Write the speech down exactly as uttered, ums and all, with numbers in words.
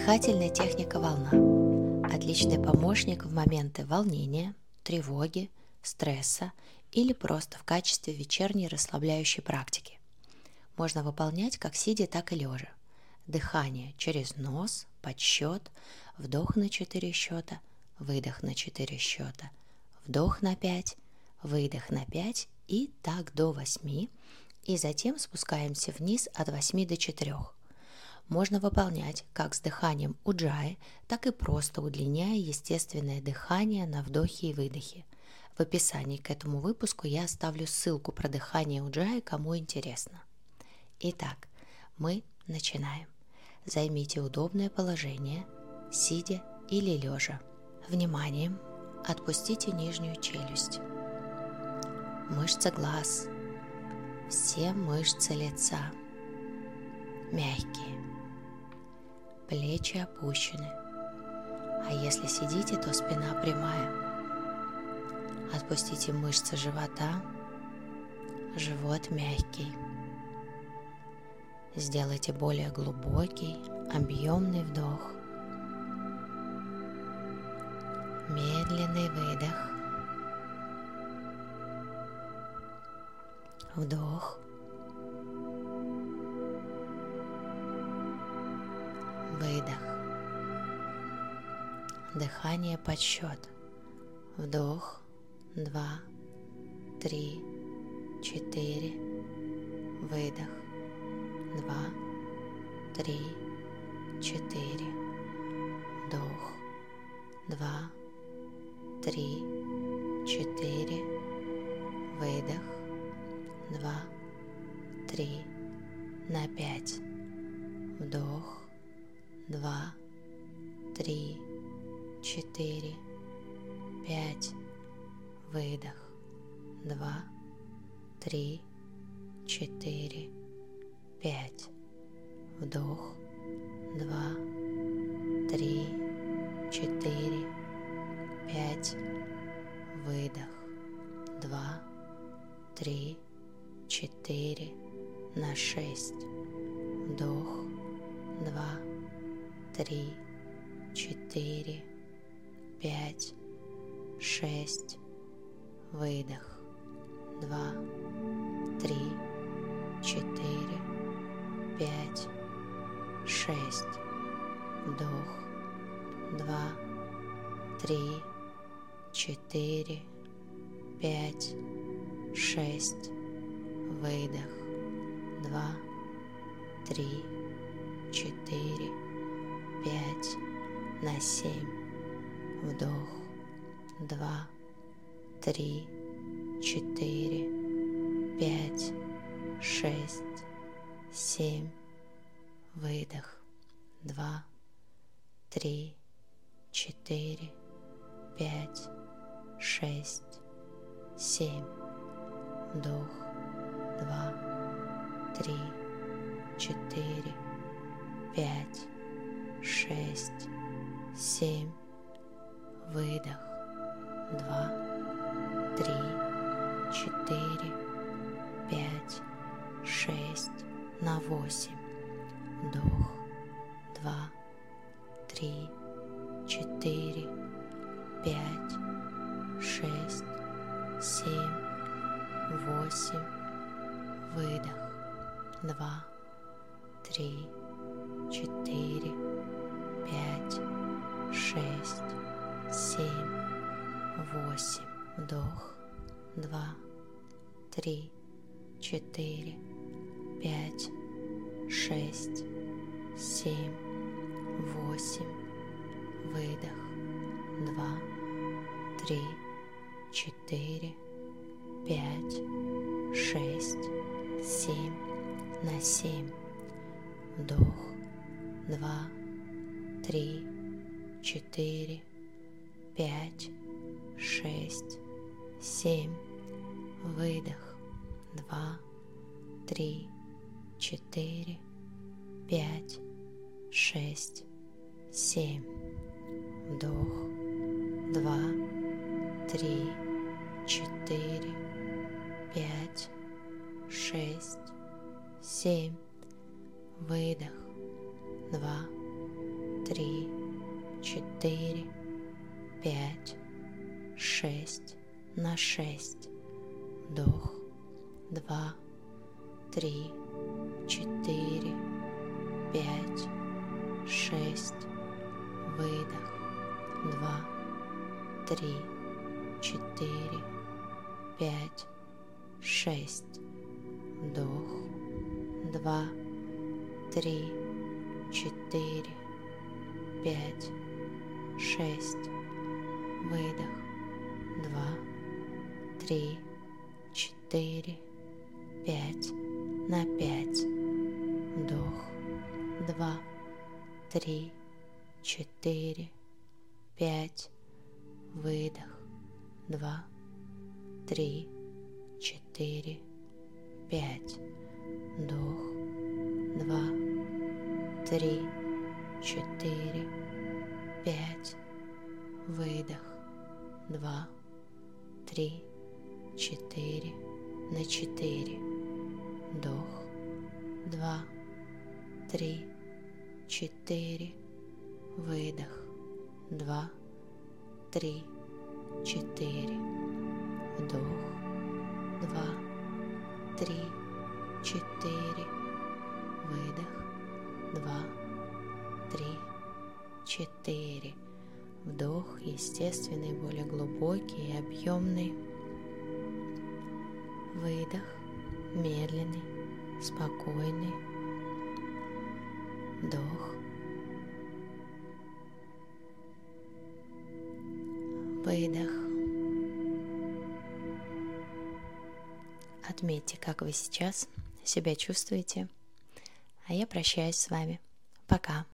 Дыхательная техника волна. Отличный помощник в моменты волнения, тревоги, стресса или просто в качестве вечерней расслабляющей практики. Можно выполнять как сидя, так и лежа. Дыхание через нос, подсчет, вдох на четыре счета, выдох на четыре счета, вдох на пять, выдох на пять и так до восьми, и затем спускаемся вниз от восьми до четырёх. Можно выполнять как с дыханием уджаи, так и просто удлиняя естественное дыхание на вдохе и выдохе. В описании к этому выпуску я оставлю ссылку про дыхание уджаи, кому интересно. Итак, мы начинаем. Займите удобное положение, сидя или лежа. Внимание! Отпустите нижнюю челюсть. Мышцы глаз. Все мышцы лица. Мягкие. Плечи опущены. А если сидите, то спина прямая. Отпустите мышцы живота. Живот мягкий. Сделайте более глубокий, объемный вдох. Медленный выдох. Вдох. Выдох. Дыхание подсчет. Вдох. Два. Три. Четыре. Выдох. Два. Три. Четыре. Вдох. Два. Три. Четыре. Выдох. Два. Три. На пять. Вдох. Два, три, четыре, пять, выдох, два, три, четыре, пять, вдох, два, три, четыре, пять, выдох, два, три, четыре, на шесть, вдох, два, три, четыре, пять, шесть, выдох, два, три, четыре, пять, шесть, вдох, два, три, четыре, пять, шесть, выдох, два, три, четыре, пять, на семь, вдох, два, три, четыре, пять, шесть, семь, выдох, два, три, четыре, пять, шесть, семь, вдох, два, три, четыре, пять, шесть, семь, выдох, два, три, четыре, пять, шесть, на восемь, вдох, два, три, четыре, пять, шесть, семь, восемь, выдох, два, три, четыре, пять, шесть, семь, восемь, вдох, два, три, четыре, пять, шесть, семь, восемь, выдох, два, три, четыре, пять, шесть, семь, на семь, вдох, два, три, четыре, пять, шесть, семь, выдох, два, три, четыре, пять, шесть, семь, вдох, два, три, четыре, пять, шесть, семь, выдох, два, три, четыре, пять, шесть. На шесть. Вдох. Два, три, четыре, пять, шесть. Выдох. Два, три, четыре, пять, шесть. Вдох. Два, три, четыре, пять, шесть. Выдох. Два, три, четыре, пять. На пять. Вдох. Два, три, четыре, пять. Выдох. Два, три, четыре, пять. Вдох. Два, три, четыре, пять. Выдох. Два, три, четыре. На четыре. Вдох. Два, три, четыре. Выдох. Два, три, четыре. Вдох. Два, три, четыре. Выдох. Два, три, четыре. Вдох естественный, более глубокий и объемный. Выдох медленный, спокойный. Вдох. Выдох. Отметьте, как вы сейчас себя чувствуете. А я прощаюсь с вами. Пока.